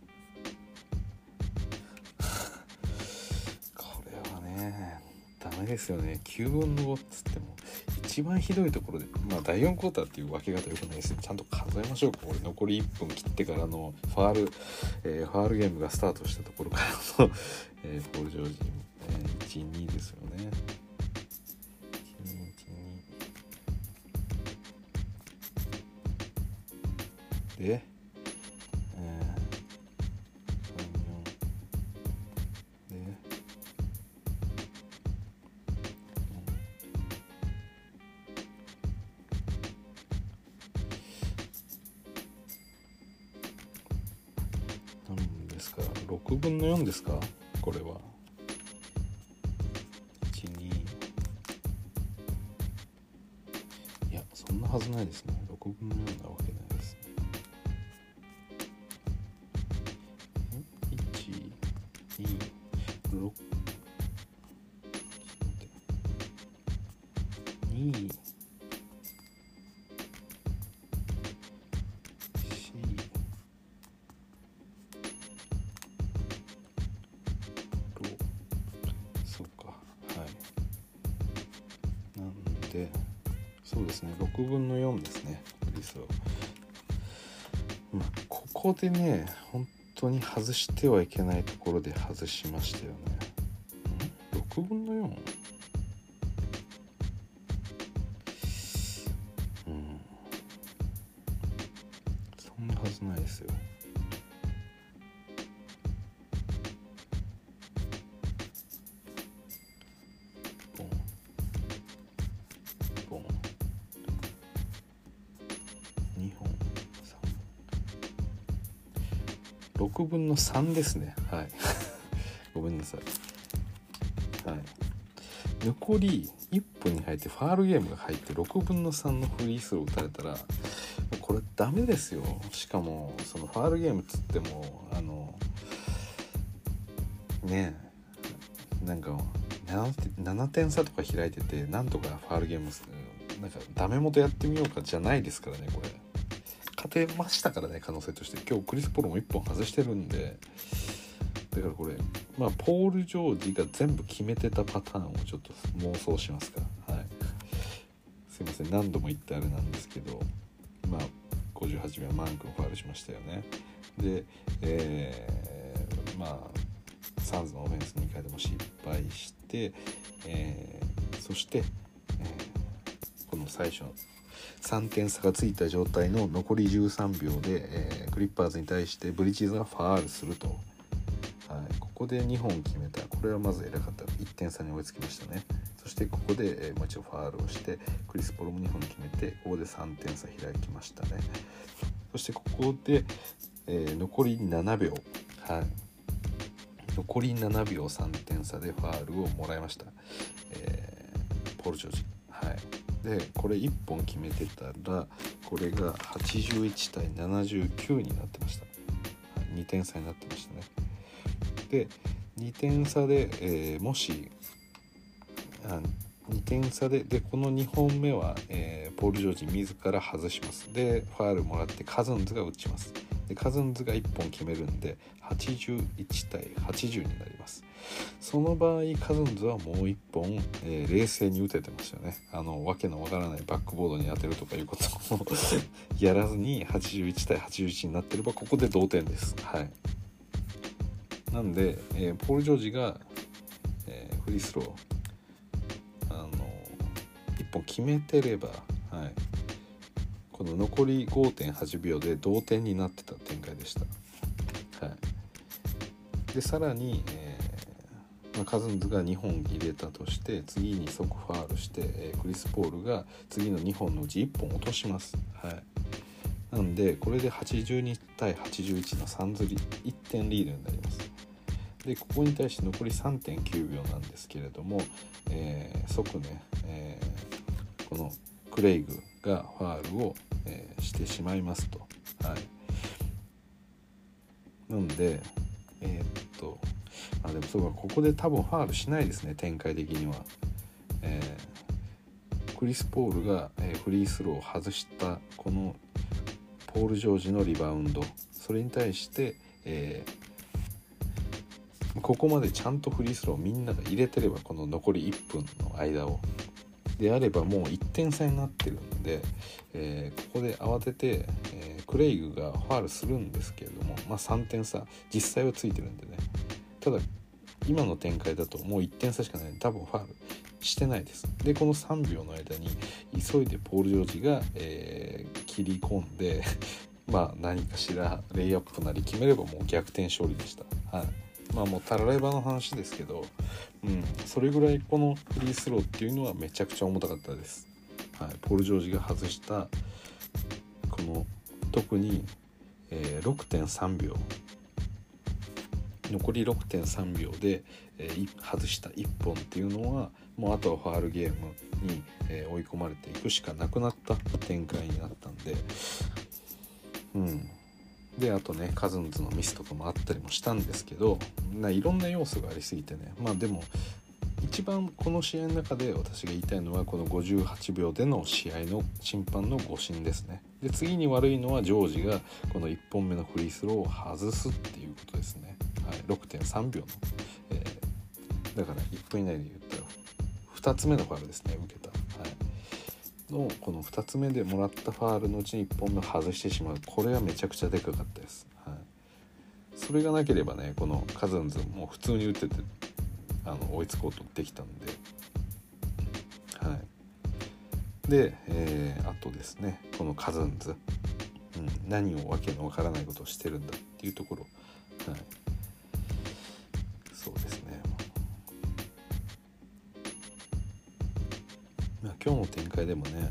Speaker 1: これはねダメですよね。9分の5っつっても一番ひどいところで、まあ第4クォーターっていう分け方よくないですよ。ちゃんと数えましょうか。これ残り1分切ってからのファールゲームがスタートしたところからの、ポール・ジョージ、1、2ですよね。で、何ですか6分の4ですかこれは。1、2、いやそんなはずないですね。6分の4なわけないですね。1、2、6、2、そうか、はい。なんでそうですね6分の4ですねリスを。まあここでね本当に外してはいけないところで外しましたよね。6分の 4？ そんなはずないですよ。ボンボン2本3 6分の3ですね。はいごめんなさい。はい、残り1分に入ってファールゲームが入って6分の3のフリースロー打たれたらこれダメですよ。しかもそのファールゲームっつってもねえなんか 7点差とか開いててなんとかファールゲームなんかダメ元やってみようかじゃないですからね。これ勝てましたからね可能性として。今日クリス・ポールも1本外してるんで、だからこれまあポール・ジョージが全部決めてたパターンをちょっと妄想しますか。はい、すいません何度も言ってあれなんですけど、まあ58秒マンクをファウルしましたよね。で、まあサンズのオフェンス2回でも失敗して、そして、この最初の3点差がついた状態の残り13秒で、クリッパーズに対してブリッジーズがファールすると、はい、ここで2本決めた。これはまず偉かった。1点差に追いつきましたね。そしてここで、もう一度ファールをしてクリス・ポールも2本決めてここで3点差開きましたね。そしてここで、残り7秒、はい、残り7秒3点差でファールをもらいました、ポール・ジョージ。はい、でこれ1本決めてたらこれが81対79になってました。2点差になってましたね。で2点差で、もし2点差でこの2本目は、ポール・ジョージ自ら外します。でファールもらってカズンズが打ちます。でカズンズが1本決めるんで81対80になります。その場合カズンズはもう1本、冷静に打ててましたよね。わけのわからないバックボードに当てるとかいうことをやらずに81対81になってればここで同点です。はい、なんで、ポール・ジョージが、フリースロー1本決めてれば、はい、この残り 5.8 秒で同点になってた展開でした。はい、でさらに、カズンズが2本入れたとして次に即ファールして、クリス・ポールが次の2本のうち1本落とします。はい、 なんでこれで82対81の3釣り1点リードになります。でここに対して残り 3.9 秒なんですけれども、即ね、このクレイグがファールを、してしまいますと。はい、なんででもそうか、ここで多分ファールしないですね、展開的には。クリス・ポールが、フリースローを外したこのポール・ジョージのリバウンド、それに対して、ここまでちゃんとフリースローをみんなが入れてれば、この残り1分の間をであればもう1点差になってるんで、ここで慌てて、クレイグがファールするんですけれども、3点差実際はついてるんでね。ただ今の展開だともう1点差しかないんで、多分ファールしてないです。でこの3秒の間に急いでポール・ジョージが、切り込んで何かしらレイアップなり決めればもう逆転勝利でした。はい、もうたらればの話ですけど、それぐらいこのフリースローっていうのはめちゃくちゃ重たかったです。はい、ポール・ジョージが外したこの特に、6.3 秒残り 6.3 秒で、外した1本っていうのはもうあとはファールゲームに、追い込まれていくしかなくなった展開になったんで、であとねカズンズのミスとかもあったりもしたんですけど、いろんな要素がありすぎてね、でも一番この試合の中で私が言いたいのはこの58秒での試合の審判の誤審ですね。で次に悪いのはジョージがこの1本目のフリースローを外すっていうことですね。はい、6.3 秒の、だから1分以内で言ったら2つ目のファウルですね、受けた、のこの2つ目でもらったファールのうちに1本目を外してしまう、これはめちゃくちゃでかかったです。それがなければね、このカズンズも普通に打ってて追いつこうとできたんで、で、あとですねこのカズンズ、何をわけのわからないことをしてるんだっていうところ、そうですね、今日の展開でもね、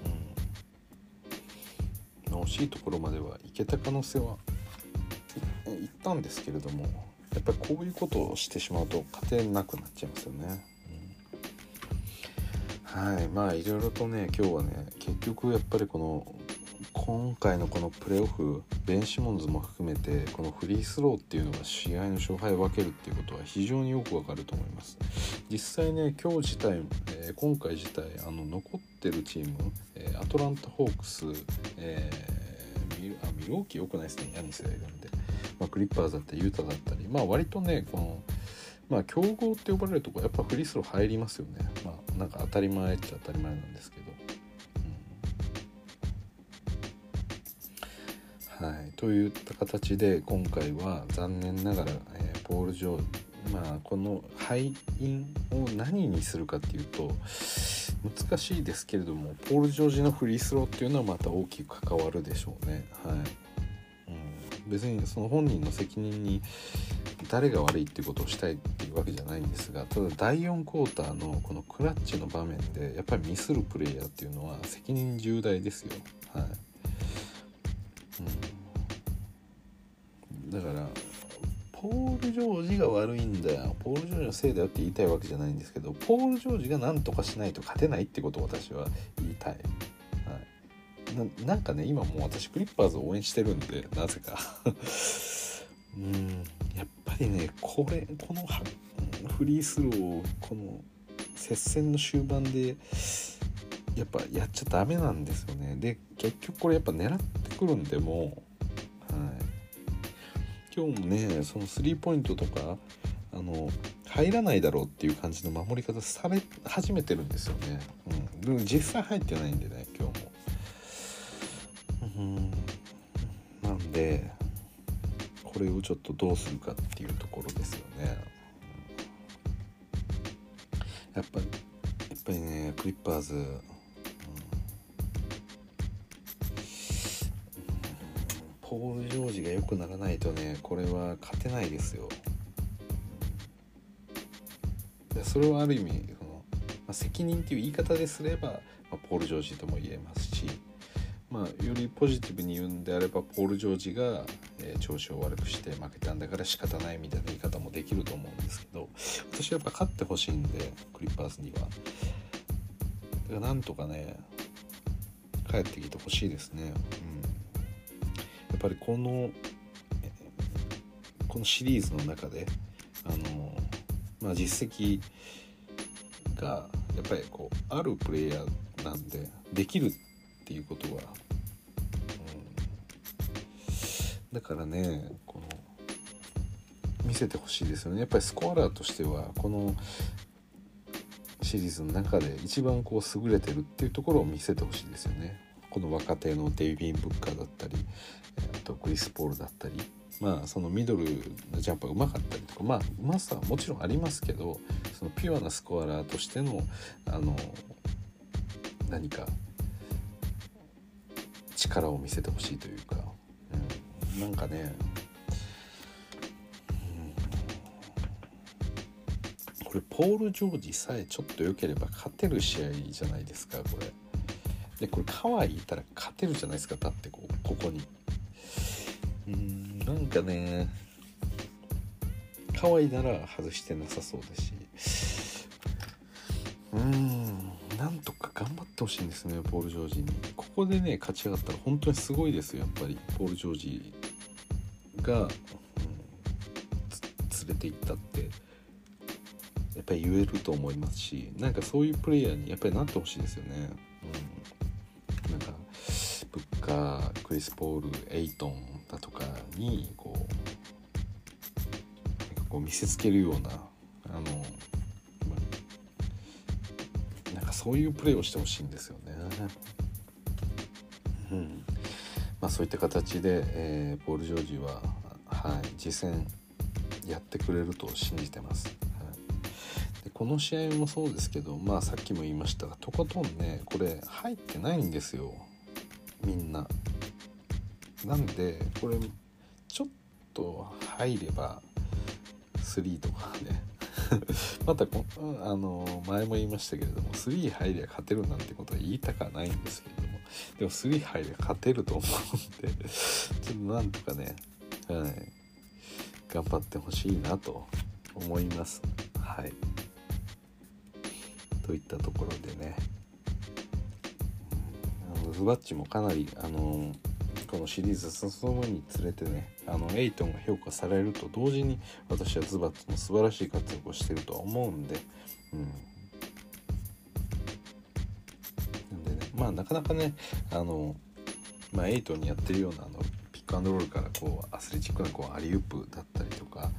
Speaker 1: 惜しいところまではいけた可能性はいったんですけれども、やっぱりこういうことをしてしまうと勝てなくなっちゃいますよね。いろいろとね今日はね結局やっぱり今回のこのプレーオフ、ベン・シモンズも含めてこのフリースローっていうのが試合の勝敗を分けるっていうことは非常によくわかると思います。実際ね今回自体残ってるチーム、アトランタ・ホークス、ミルウォーキー良くないですね、ヤニスがいるんで、クリッパーズだったりユタだったり、割とね強豪って呼ばれるところやっぱフリースロー入りますよね。なんか当たり前っちゃ当たり前なんですけど、といった形で今回は残念ながら、ポール・ジョージ、この敗因を何にするかっていうと難しいですけれども、ポール・ジョージのフリースローっていうのはまた大きく関わるでしょうね。別にその本人の責任に誰が悪いっていうことをしたいっていうわけじゃないんですが、ただ第4クォーターのこのクラッチの場面でやっぱりミスるプレイヤーっていうのは責任重大ですよ。だからポール・ジョージが悪いんだよ、ポール・ジョージのせいだよって言いたいわけじゃないんですけど、ポール・ジョージが何とかしないと勝てないってことを私は言いたい。なんかね今もう私クリッパーズを応援してるんでなぜかやっぱりねこのフリースローをこの接戦の終盤でやっぱやっちゃダメなんですよね。で結局これやっぱ狙ってくるんでも今日もねそのスリーポイントとか入らないだろうっていう感じの守り方され始めてるんですよね。でも実際入ってないんでね今日も。なんでこれをちょっとどうするかっていうところですよね。やっぱりねクリッパーズ、ポール・ジョージが良くならないとねこれは勝てないですよ。それはある意味責任っていう言い方ですれば、ポール・ジョージとも言えますし、 よりポジティブに言うんであればポール・ジョージが、調子を悪くして負けたんだから仕方ないみたいな言い方もできると思うんですけど、私はやっぱ勝ってほしいんでクリッパーズには。だからなんとかね帰ってきてほしいですね。やっぱりこのシリーズの中で実績がやっぱりあるプレイヤーなんでできるっていうことは、だからね見せてほしいですよね。やっぱりスコアラーとしてはこのシリーズの中で一番優れてるっていうところを見せてほしいですよね。この若手のデイビン・ブッカーだったり、あとクリス・ポールだったり、そのミドルのジャンプがうまかったりとか、うまさはもちろんありますけど、そのピュアなスコアラーとしての何か力を見せてほしいというか、なんかね、これポール・ジョージさえちょっと良ければ勝てる試合じゃないですかこれ。でこれカワイいたら勝てるじゃないですか。だってここになんかねカワイなら外してなさそうですし、なんとか頑張ってほしいんですねポール・ジョージに。ここでね勝ち上がったら本当にすごいですよ。やっぱりポール・ジョージが、連れて行ったってやっぱり言えると思いますし、なんかそういうプレイヤーにやっぱりなってほしいですよね。なんかブッカー、クリス・ポール、エイトンだとかに見せつけるようななんかそういうプレーをしてほしいんですよね。そういった形で、ポール・ジョージは、実戦やってくれると信じてます。でこの試合もそうですけど、さっきも言いましたがとことんねこれ入ってないんですよみんな。なんでこれちょっと入れば3とかねまた前も言いましたけれども3入りゃ勝てるなんてことは言いたくはないんですけれども、でも3入りゃ勝てると思うんでちょっとなんとかね、頑張ってほしいなと思います。といったところでね、ズバッチもかなりこのシリーズ進むにつれてねエイトンが評価されると同時に私はズバッチも素晴らしい活躍をしているとは思うんで、なんでねなかなかねエイトンにやってるようなピックアンドロールからアスレチックなアリウープだったりとか、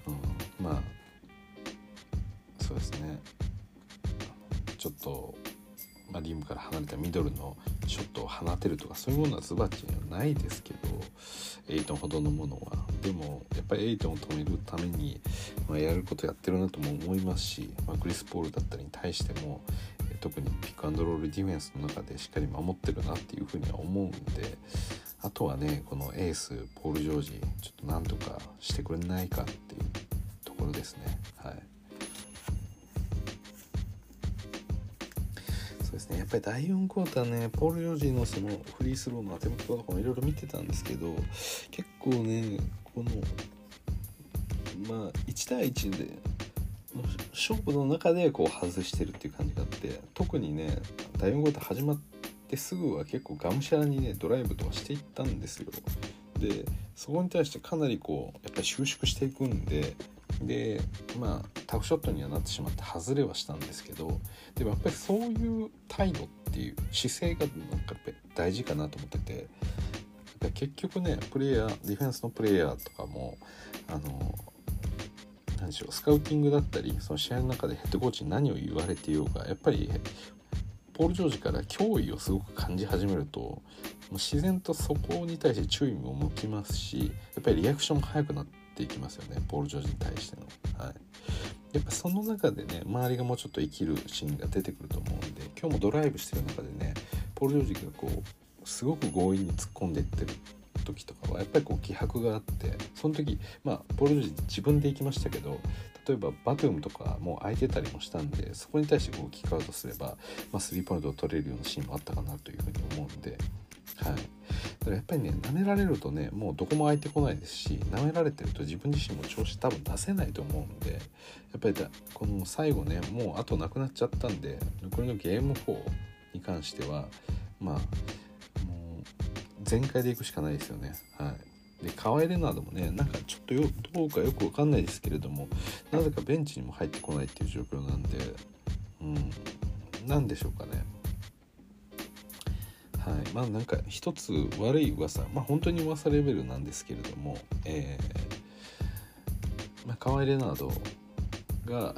Speaker 1: そうですねちょっと、リムから離れたミドルのショットを放てるとかそういうものはズバッチにはないですけど、エイトンほどのものは。でもやっぱりエイトンを止めるために、やることやってるなとも思いますし、クリス・ポールだったりに対しても特にピックアンドロールディフェンスの中でしっかり守ってるなっていうふうには思うんで、あとはねこのエースポール・ジョージちょっとなんとかしてくれないかっていうところですね。そうですね、やっぱり第4クォーターねポール・ジョージのそのフリースローのアテンプトとかもいろいろ見てたんですけど、結構ねこの1対1で勝負の中で外してるっていう感じがあって、特にね第4クォーター始まってすぐは結構がむしゃらにねドライブとかしていったんですよ。でそこに対してかなりやっぱり収縮していくんでタフショットにはなってしまって外れはしたんですけど、でもやっぱりそういう態度っていう姿勢がなんかやっぱり大事かなと思ってて、やっぱり結局ねディフェンスのプレイヤーとかも何でしょう、スカウティングだったりその試合の中でヘッドコーチに何を言われていようが、やっぱりポール・ジョージから脅威をすごく感じ始めるともう自然とそこに対して注意も向きますし、やっぱりリアクションも早くなっていきますよねポール・ジョージに対しての。やっぱその中でね周りがもうちょっと生きるシーンが出てくると思うんで、今日もドライブしてる中でねポール・ジョージがすごく強引に突っ込んでいってる時とかはやっぱり気迫があって、その時ポール・ジョージ自分で行きましたけど、例えばバトゥームとかも空いてたりもしたんで、そこに対してキックアウトすれば、スリーポイントを取れるようなシーンもあったかなというふうに思うんで、 はい、だからやっぱりね、舐められるとねもうどこも空いてこないですし、舐められてると自分自身も調子多分出せないと思うんで、やっぱりこの最後ねもうあとなくなっちゃったんで、残りのゲーム4に関してはまあもう全開でいくしかないですよね。はい。で河合レナードもねなんかちょっとどうかよく分かんないですけれども、なぜかベンチにも入ってこないっていう状況なんで、なんでしょうかね。はい、まあなんか一つ悪い噂、まあ本当に噂レベルなんですけれども、河合レナードが、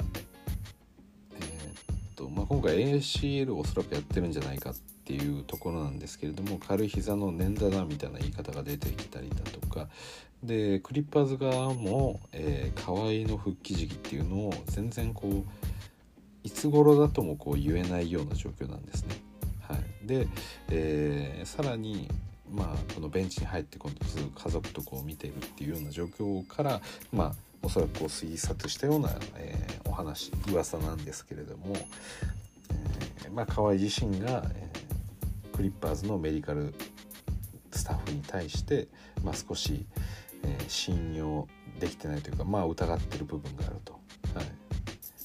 Speaker 1: 今回 ACL をおそらくやってるんじゃないかっていうところなんですけれども、軽い膝の捻挫だみたいな言い方が出てきたりだとかで、クリッパーズ側も、河合の復帰時期っていうのを全然こういつ頃だともこう言えないような状況なんですね。はい、で、さらにこのベンチに入ってこず家族とこう見ているっていうような状況からおそらくこう推察したような、お話噂なんですけれども、河合自身が、クリッパーズのメディカルスタッフに対して、少し、信用できてないというか、疑ってる部分があると。はい、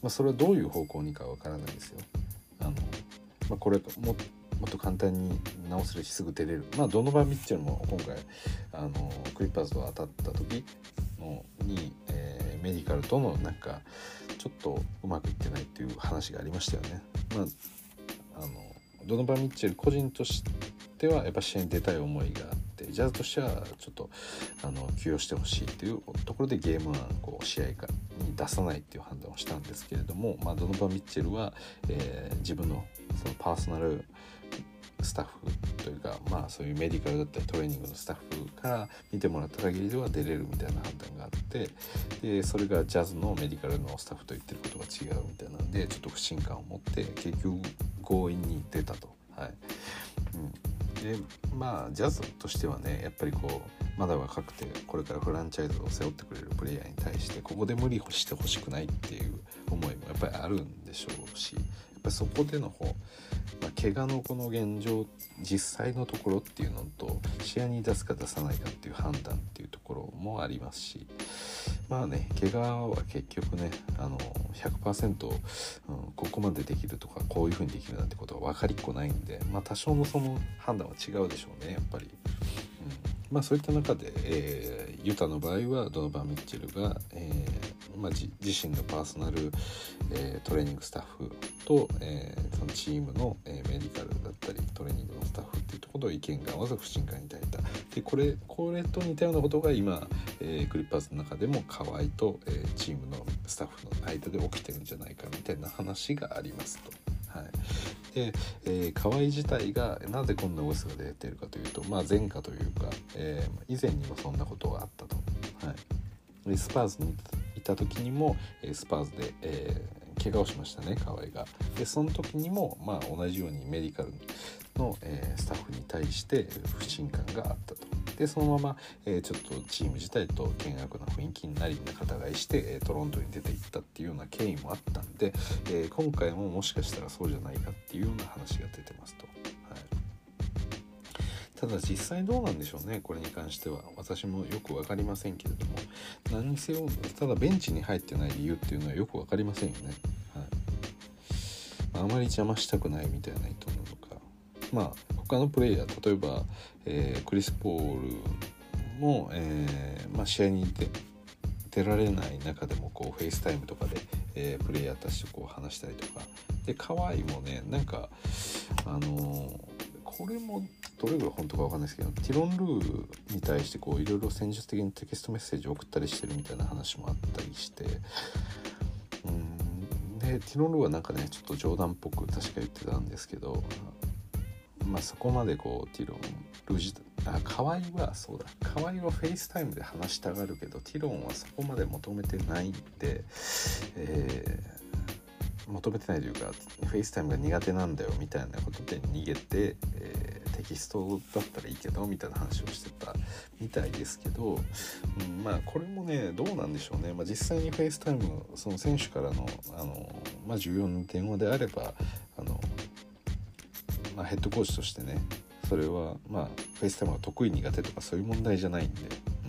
Speaker 1: それはどういう方向にかわからないですよ。これもっと簡単に直せるしすぐ出れる。ドノバン・ミッチェルも今回クリッパーズと当たった時に、メディカルとのなんかちょっとうまくいってないっていう話がありましたよね。ドノバン・ミッチェル個人としてはやっぱ試合に出たい思いがあって、ジャズとしてはちょっと休養してほしいというところでゲーム1こう試合に出さないっていう判断をしたんですけれども、ドノバン・ミッチェルは、自分のそのパーソナルスタッフというか、そういうメディカルだったりトレーニングのスタッフから見てもらった限りでは出れるみたいな判断があって、でそれがジャズのメディカルのスタッフと言ってることが違うみたいなのでちょっと不信感を持って結局強引に出たと。はい。でジャズとしてはねやっぱりこうまだ若くてこれからフランチャイズを背負ってくれるプレイヤーに対してここで無理をしてほしくないっていう思いもやっぱりあるんでしょうし、やっぱりそこでの怪我のこの現状実際のところっていうのと試合に出すか出さないかっていう判断っていうところもありますし、怪我は結局ね100%、ここまでできるとかこういう風にできるなんてことは分かりっこないんで、多少のその判断は違うでしょうねやっぱり。そういった中で、ユタの場合はドノバン・ミッチェルが、自身のパーソナル、トレーニングスタッフと、そのチームの、メディカルだったりトレーニングのスタッフっていうところを意見がまず不信感に抱いた。でこれと似たようなことが今、クリッパーズの中でも河合と、チームのスタッフの間で起きてるんじゃないかみたいな話がありますと。はい。で、河合自体がなぜこんな噂が出ているかというと、前科というか、以前にもそんなことがあったと。はい、でスパーズにいた時にもスパーズで、怪我をしましたね河合が。でその時にも、同じようにメディカルの、スタッフに対して不信感があったと。でそのまま、ちょっとチーム自体と険悪な雰囲気になり仲違いして、トロントに出ていったっていうような経緯もあったんで、今回ももしかしたらそうじゃないかっていうような話が出てますと。はい、ただ実際どうなんでしょうねこれに関しては私もよく分かりませんけれども、何にせよただベンチに入ってない理由っていうのはよく分かりませんよね。はい、あまり邪魔したくないみたいな意図なのか、他のプレイヤー例えば、クリス・ポールも、試合に出られない中でもこうフェイスタイムとかで、プレイヤーたちとこう話したりとかで、河合もねなんかこれもどれぐらい本当か分かんないですけどティロン・ルーに対してこういろいろ戦術的にテキストメッセージを送ったりしてるみたいな話もあったりして、でティロン・ルーはなんかねちょっと冗談っぽく確か言ってたんですけど、そこまでこうティロン・ルー河合は河合はフェイスタイムで話したがるけどティロンはそこまで求めてないんで、求めてないというかフェイスタイムが苦手なんだよみたいなことで逃げて、テキストだったらいいけどみたいな話をしてたみたいですけど、これもねどうなんでしょうね。実際にフェイスタイムその選手からの重要な電話であればヘッドコーチとしてねそれはまあフェイスタイムが得意苦手とかそういう問題じゃないんで、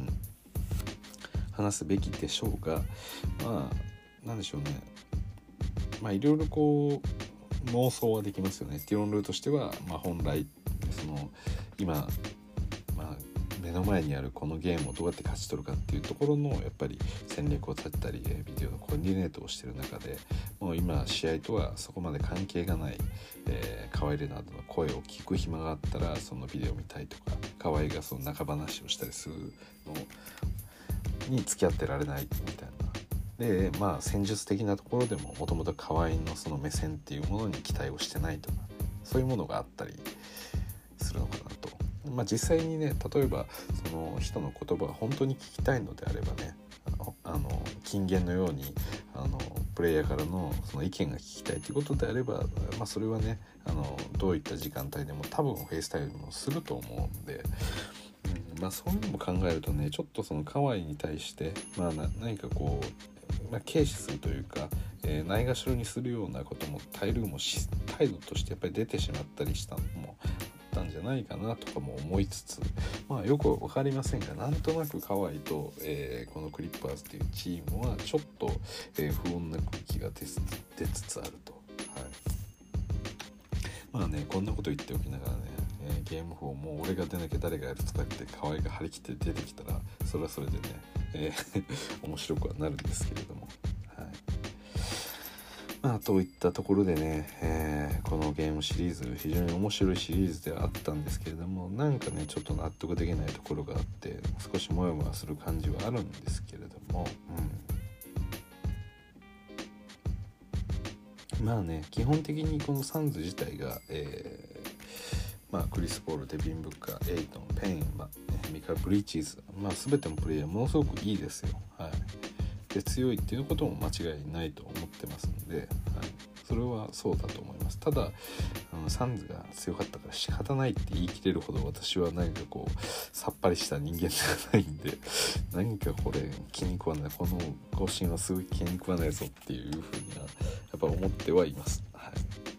Speaker 1: 話すべきでしょうが、まあなんでしょうね、まあいろいろこう妄想はできますよね。理論ルーとしては、まあ、本来その今、まあ、目の前にあるこのゲームをどうやって勝ち取るかっていうところのやっぱり戦略を立てたりビデオのコーディネートをしている中で、もう今試合とはそこまで関係がない、河合玲奈の声を聞く暇があったらそのビデオを見たいとか、河合がその中話をしたりするのに付き合ってられないみたいな。でまあ戦術的なところでももともと河合のその目線っていうものに期待をしてないとか、そういうものがあったりするのかなと。まあ実際にね、例えばその人の言葉が本当に聞きたいのであればね、金言のようにプレイヤーからのその意見が聞きたいということであれば、まあ、それはねどういった時間帯でも多分フェイスタイムもすると思うんで、まあそういうのも考えるとね、ちょっとその河合に対して、まあ、何かこう、まあ、軽視するというか、ないがしろにするようなことも態度としてやっぱり出てしまったりしたのもあったんじゃないかなとかも思いつつ、まあよく分かりませんが、なんとなく河合と、このクリッパーズというチームはちょっと、不穏な空気が出つつあると。はい、まあね、こんなこと言っておきながらね、ゲーム4もう俺が出なきゃ誰がやるとかって河合が張り切って出てきたら、それはそれでね、面白くはなるんですけれども、はい、まあといったところでね、このゲームシリーズ非常に面白いシリーズではあったんですけれども、なんかねちょっと納得できないところがあって少しモヤモヤする感じはあるんですけれども、まあね、基本的にこのサンズ自体が、まあ、クリス・ポール、デビン・ブッカー、エイトン、ペイン、ミカ・ブリーチーズ、まあ、全てのプレイヤーものすごくいいですよ。はい、で強いっていうことも間違いないと思ってますので、はい、それはそうだと思います。ただサンズが強かったから仕方ないって言い切れるほど私は何かこうさっぱりした人間じゃないんで、何かこれ気に食わない、この更新はすごい気に食わないぞっていうふうにはやっぱ思ってはいます。はい、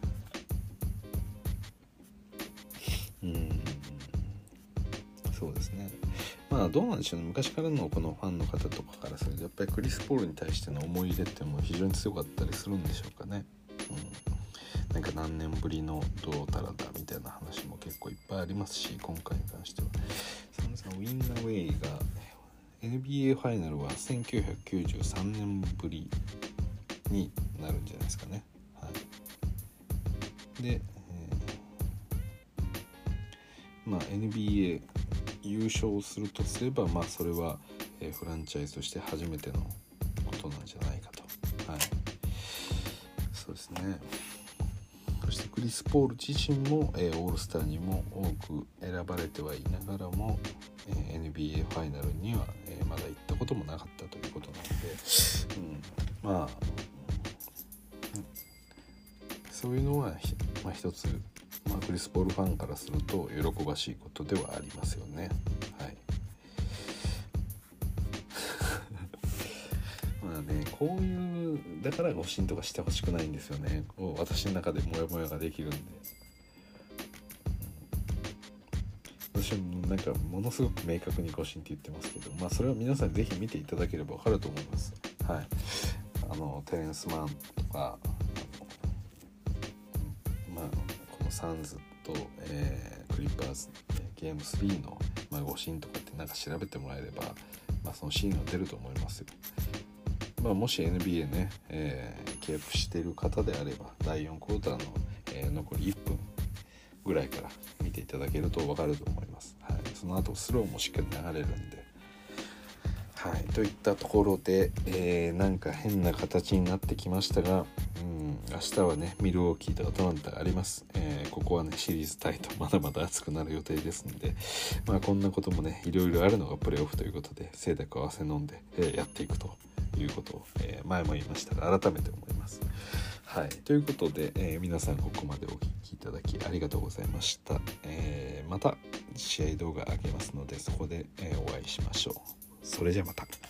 Speaker 1: そうですね。まあどうなんでしょうね、昔からのこのファンの方とかからするとやっぱりクリス・ポールに対しての思い入れっても非常に強かったりするんでしょうかね。なんか何年ぶりのどうたらだみたいな話も結構いっぱいありますし、今回に関してはサンウィン・アウェイが NBA ファイナルは1993年ぶりになるんじゃないですかね。はい、で、まあ NBA 優勝するとすれば、まあそれは、フランチャイズとして初めてのことなんじゃないかと。はい、そうですね。そしてクリス・ポール自身も、オールスターにも多く選ばれてはいながらも、NBA ファイナルには、まだ行ったこともなかったということなので、まあ、そういうのはまあ、一つ、まあ、クリス・ポールファンからすると喜ばしいことではありますよね。はい。まあね、こういうだから誤信とかしてほしくないんですよね。私の中でモヤモヤができるんで、私はなんかものすごく明確に誤信って言ってますけど、まあそれは皆さんぜひ見ていただければ分かると思います。はい。テレンス・マンとかまあこのサンズと、クリッパーズゲーム3の、誤審とかってなんか調べてもらえれば、そのシーンが出ると思いますよ。もし NBA ね、契約している方であれば第4クォーターの、残り1分ぐらいから見ていただけると分かると思います。はい、その後スローもしっかり流れるんで、はい、といったところで、なんか変な形になってきましたが、明日はねミルウォーキーとアトランタがあります。ここはねシリーズタイトまだまだ熱くなる予定ですので、こんなこともねいろいろあるのがプレーオフということで清濁合わせ飲んで、やっていくということを、前も言いましたが改めて思います。はい、ということで、皆さんここまでお聞きいただきありがとうございました。また試合動画上げますのでそこで、お会いしましょう。それじゃまた。